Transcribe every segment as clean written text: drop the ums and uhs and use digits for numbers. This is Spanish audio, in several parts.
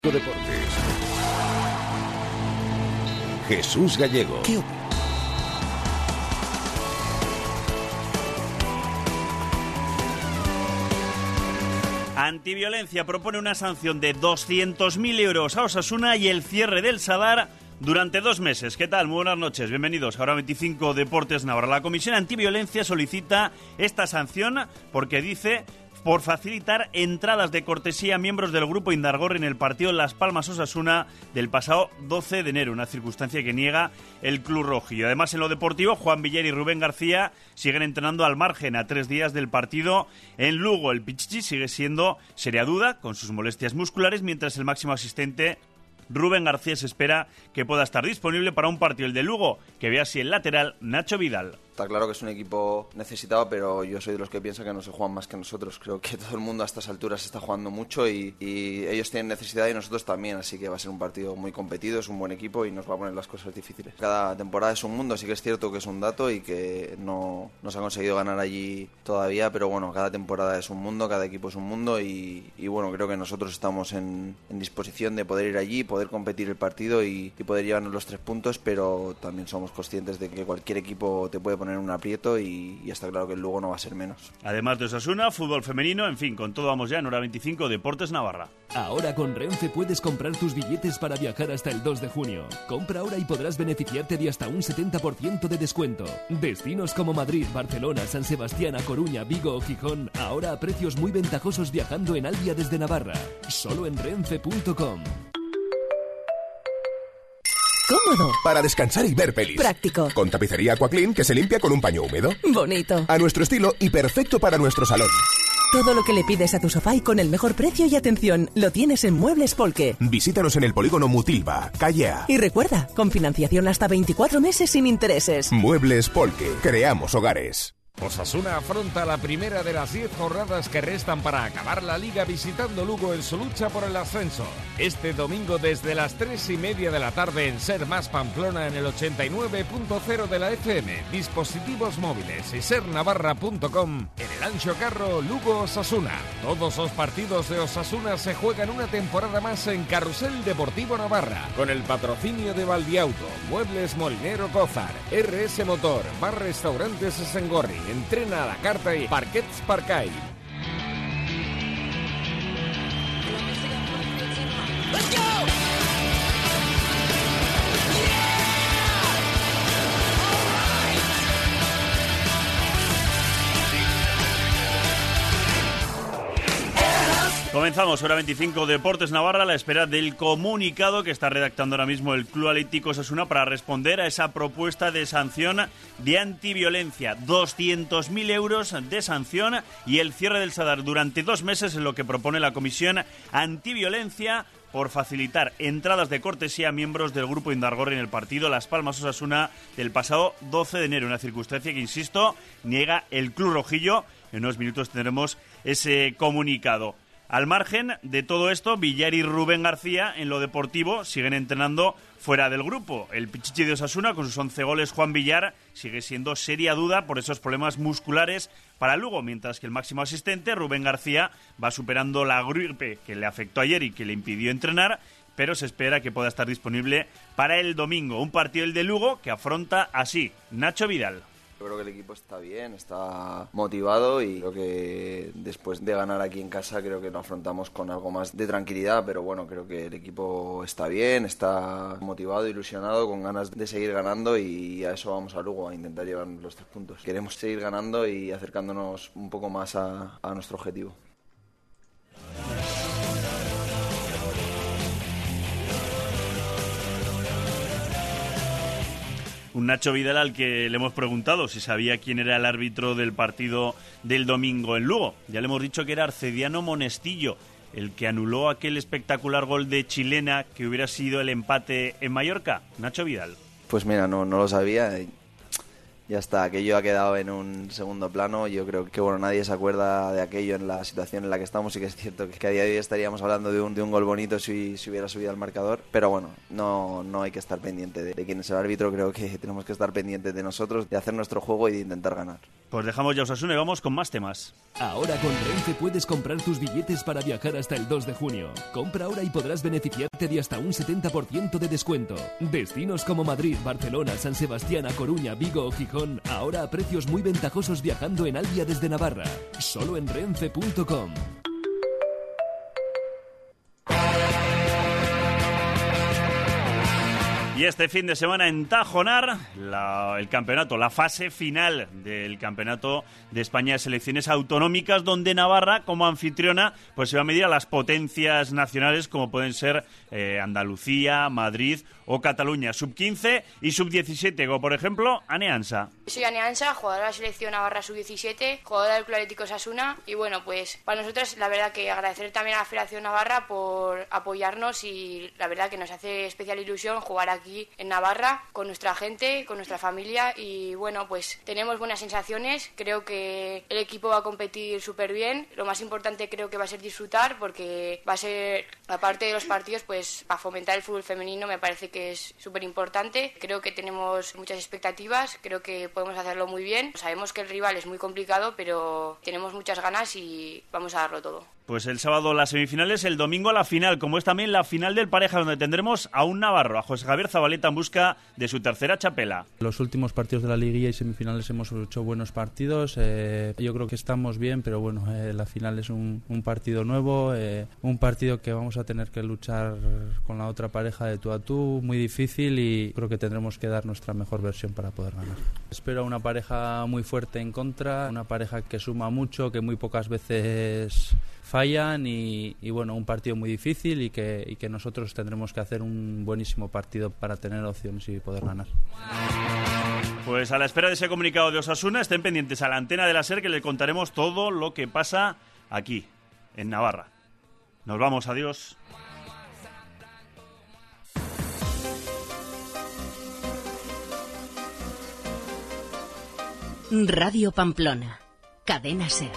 Deportes. Jesús Gallego. Antiviolencia propone una sanción de 200.000 euros a Osasuna y el cierre del Sadar durante 2 meses. ¿Qué tal? Muy buenas noches. Bienvenidos a Hora 25 Deportes Navarra. La Comisión Antiviolencia solicita esta sanción porque dice por facilitar entradas de cortesía a miembros del grupo Indargorri en el partido Las Palmas-Osasuna del pasado 12 de enero, una circunstancia que niega el club rojillo. Además, en lo deportivo, Juan Villar y Rubén García siguen entrenando al margen a 3 días del partido en Lugo. El Pichichi sigue siendo seria duda con sus molestias musculares, mientras el máximo asistente Rubén García se espera que pueda estar disponible para un partido, el de Lugo, que ve así el lateral Nacho Vidal. Está claro que es un equipo necesitado, pero yo soy de los que piensan que no se juegan más que nosotros. Creo que todo el mundo a estas alturas está jugando mucho y ellos tienen necesidad y nosotros también, así que va a ser un partido muy competido, es un buen equipo y nos va a poner las cosas difíciles. Cada temporada es un mundo, sí que es cierto que es un dato y que no se ha conseguido ganar allí todavía, pero bueno, cada temporada es un mundo, cada equipo es un mundo y bueno, creo que nosotros estamos en disposición de poder ir allí, poder competir el partido y poder llevarnos los 3 puntos, pero también somos conscientes de que cualquier equipo te puede poner en un aprieto y está claro que el Lugo no va a ser menos. Además de Osasuna, fútbol femenino, en fin, con todo vamos ya en Hora 25 Deportes Navarra. Ahora con Renfe puedes comprar tus billetes para viajar hasta el 2 de junio. Compra ahora y podrás beneficiarte de hasta un 70% de descuento. Destinos como Madrid, Barcelona, San Sebastián, A Coruña, Vigo o Gijón, ahora a precios muy ventajosos viajando en Alvia desde Navarra. Solo en renfe.com. Cómodo. Para descansar y ver pelis. Práctico. Con tapicería Aquaclean que se limpia con un paño húmedo. Bonito. A nuestro estilo y perfecto para nuestro salón. Todo lo que le pides a tu sofá y con el mejor precio y atención lo tienes en Muebles Polke. Visítanos en el polígono Mutilva, calle A. Y recuerda, con financiación hasta 24 meses sin intereses. Muebles Polke. Creamos hogares. Osasuna afronta la primera de las 10 jornadas que restan para acabar la Liga visitando Lugo en su lucha por el ascenso. Este domingo desde las 3:30 de la tarde en Ser Más Pamplona en el 89.0 de la FM, dispositivos móviles y sernavarra.com en el Ancho Carro Lugo-Osasuna. Todos los partidos de Osasuna se juegan una temporada más en Carrusel Deportivo Navarra, con el patrocinio de Valdiauto, Muebles Molinero Cózar, RS Motor, Bar Restaurantes Sengorri, Entrena a la carta y Parquets Parcay. Comenzamos Hora 25 Deportes Navarra a la espera del comunicado que está redactando ahora mismo el Club Atlético Osasuna para responder a esa propuesta de sanción de antiviolencia. 200.000 euros de sanción y el cierre del Sadar durante 2 meses es lo que propone la Comisión Antiviolencia por facilitar entradas de cortesía a miembros del grupo Indargorri en el partido Las Palmas-Osasuna del pasado 12 de enero. Una circunstancia que, insisto, niega el club rojillo. En unos minutos tendremos ese comunicado. Al margen de todo esto, Villar y Rubén García en lo deportivo siguen entrenando fuera del grupo. El Pichichi de Osasuna, con sus 11 goles, Juan Villar, sigue siendo seria duda por esos problemas musculares para Lugo, mientras que el máximo asistente, Rubén García, va superando la gripe que le afectó ayer y que le impidió entrenar, pero se espera que pueda estar disponible para el domingo. Un partido, el de Lugo, que afronta así Nacho Vidal. Yo creo que el equipo está bien, está motivado y creo que después de ganar aquí en casa creo que lo afrontamos con algo más de tranquilidad, pero bueno, creo que el equipo está bien, está motivado, ilusionado, con ganas de seguir ganando y a eso vamos a Lugo, a intentar llevarnos los 3 puntos. Queremos seguir ganando y acercándonos un poco más a nuestro objetivo. Un Nacho Vidal al que le hemos preguntado si sabía quién era el árbitro del partido del domingo en Lugo. Ya le hemos dicho que era Arcediano Monestillo, el que anuló aquel espectacular gol de chilena que hubiera sido el empate en Mallorca. Nacho Vidal. Pues mira, no lo sabía. Ya está, aquello ha quedado en un segundo plano. Yo creo que bueno, nadie se acuerda de aquello en la situación en la que estamos y que es cierto que a día de hoy estaríamos hablando de un gol bonito si hubiera subido al marcador. Pero bueno, no hay que estar pendiente de quién es el árbitro. Creo que tenemos que estar pendientes de nosotros, de hacer nuestro juego y de intentar ganar. Pues dejamos ya Osasuna y vamos con más temas. Ahora con Renfe puedes comprar tus billetes para viajar hasta el 2 de junio. Compra ahora y podrás beneficiarte de hasta un 70% de descuento. Destinos como Madrid, Barcelona, San Sebastián, A Coruña, Vigo o Gijón, ahora a precios muy ventajosos viajando en Alvia desde Navarra. Solo en renfe.com. Y este fin de semana en Tajonar, el campeonato, la fase final del campeonato de España de selecciones autonómicas, donde Navarra, como anfitriona, pues se va a medir a las potencias nacionales como pueden ser Andalucía, Madrid o Cataluña, sub-15 y sub-17, como por ejemplo Ane Ansa. Soy Ane Ansa, jugadora de la selección Navarra sub-17, jugadora del Club Atlético Osasuna, y bueno, pues para nosotros la verdad que agradecer también a la Federación Navarra por apoyarnos, y la verdad que nos hace especial ilusión jugar aquí en Navarra con nuestra gente, con nuestra familia, y bueno, pues tenemos buenas sensaciones. Creo que el equipo va a competir súper bien. Lo más importante creo que va a ser disfrutar, porque va a ser, aparte de los partidos, pues para fomentar el fútbol femenino me parece que es súper importante. Creo que tenemos muchas expectativas, creo que podemos hacerlo muy bien. Sabemos que el rival es muy complicado, pero tenemos muchas ganas y vamos a darlo todo. Pues el sábado las semifinales, el domingo la final, como es también la final del pareja, donde tendremos a un navarro, a José Javier Zabaleta, en busca de su tercera chapela. Los últimos partidos de la liguilla y semifinales hemos hecho buenos partidos. Yo creo que estamos bien, pero bueno, la final es un partido nuevo, un partido que vamos a tener que luchar con la otra pareja de tú a tú, muy difícil, y creo que tendremos que dar nuestra mejor versión para poder ganar. Espero una pareja muy fuerte en contra, una pareja que suma mucho, que muy pocas veces fallan, y bueno, un partido muy difícil, y que nosotros tendremos que hacer un buenísimo partido para tener opciones y poder ganar. Pues a la espera de ese comunicado de Osasuna, estén pendientes a la antena de la SER, que le contaremos todo lo que pasa aquí, en Navarra. Nos vamos, adiós. Radio Pamplona, Cadena SER.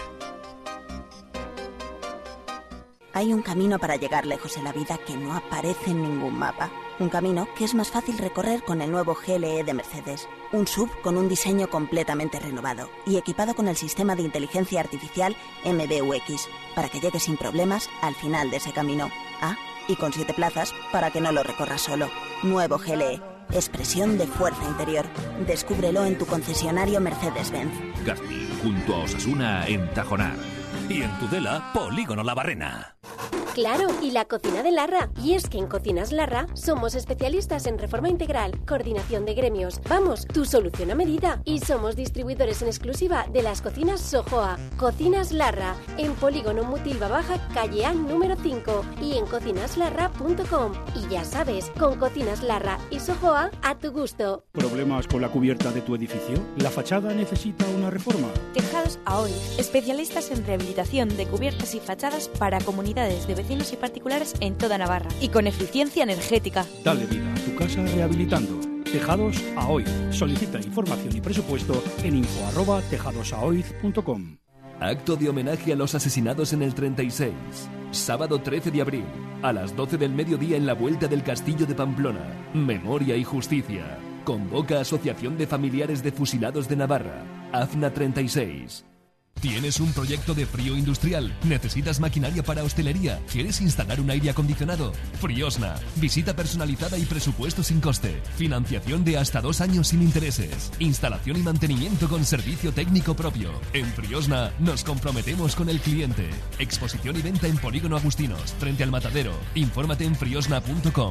Hay un camino para llegar lejos en la vida que no aparece en ningún mapa. Un camino que es más fácil recorrer con el nuevo GLE de Mercedes. Un SUV con un diseño completamente renovado y equipado con el sistema de inteligencia artificial MBUX, para que llegues sin problemas al final de ese camino. Y con 7 plazas para que no lo recorras solo. Nuevo GLE. Expresión de fuerza interior. Descúbrelo en tu concesionario Mercedes-Benz. Gasti, junto a Osasuna en Tajonar. Y en Tudela, Polígono La Barrena. Claro, y la cocina de Larra. Y es que en Cocinas Larra somos especialistas en reforma integral, coordinación de gremios. Vamos, tu solución a medida. Y somos distribuidores en exclusiva de las cocinas Sojoa. Cocinas Larra, en Polígono Mutilva Baja, calle A número 5, y en cocinaslarra.com. Y ya sabes, con Cocinas Larra y Sojoa, a tu gusto. ¿Problemas con la cubierta de tu edificio? ¿La fachada necesita una reforma? Tejados Aoiz, especialistas en rehabilitación de cubiertas y fachadas para comunidades de vecinos y particulares en toda Navarra, y con eficiencia energética. Dale vida a tu casa rehabilitando. Tejados Aoiz. Solicita información y presupuesto en info@tejadosaoiz.com. Acto de homenaje a los asesinados en el 36. Sábado 13 de abril, a las 12 del mediodía en la Vuelta del Castillo de Pamplona. Memoria y justicia. Convoca Asociación de Familiares de Fusilados de Navarra. AFNA 36. ¿Tienes un proyecto de frío industrial? ¿Necesitas maquinaria para hostelería? ¿Quieres instalar un aire acondicionado? Friosna. Visita personalizada y presupuesto sin coste. Financiación de hasta 2 años sin intereses. Instalación y mantenimiento con servicio técnico propio. En Friosna nos comprometemos con el cliente. Exposición y venta en Polígono Agustinos, frente al Matadero. Infórmate en friosna.com.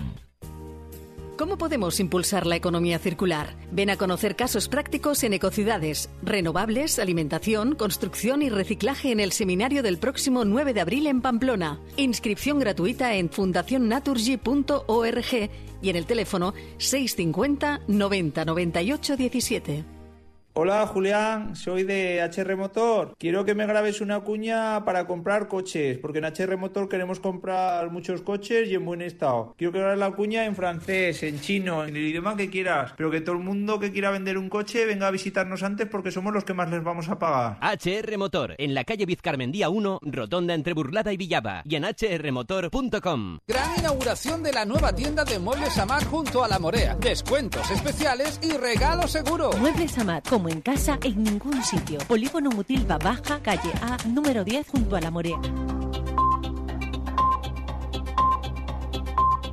¿Cómo podemos impulsar la economía circular? Ven a conocer casos prácticos en Ecociudades, renovables, alimentación, construcción y reciclaje en el seminario del próximo 9 de abril en Pamplona. Inscripción gratuita en fundacionnaturgy.org y en el teléfono 650 90 98 17. Hola Julián, soy de HR Motor. Quiero que me grabes una cuña para comprar coches, porque en HR Motor queremos comprar muchos coches y en buen estado. Quiero que grabes la cuña en francés, en chino, en el idioma que quieras, pero que todo el mundo que quiera vender un coche venga a visitarnos antes, porque somos los que más les vamos a pagar. HR Motor, en la calle Vizcarmendía 1, rotonda entre Burlada y Villaba, y en hrmotor.com. Gran inauguración de la nueva tienda de Muebles Amat junto a La Morea. Descuentos especiales y regalo seguro. Muebles Amat, con como en casa en ningún sitio. Polígono Mutilva Baja, calle A, número 10, junto a La Morea.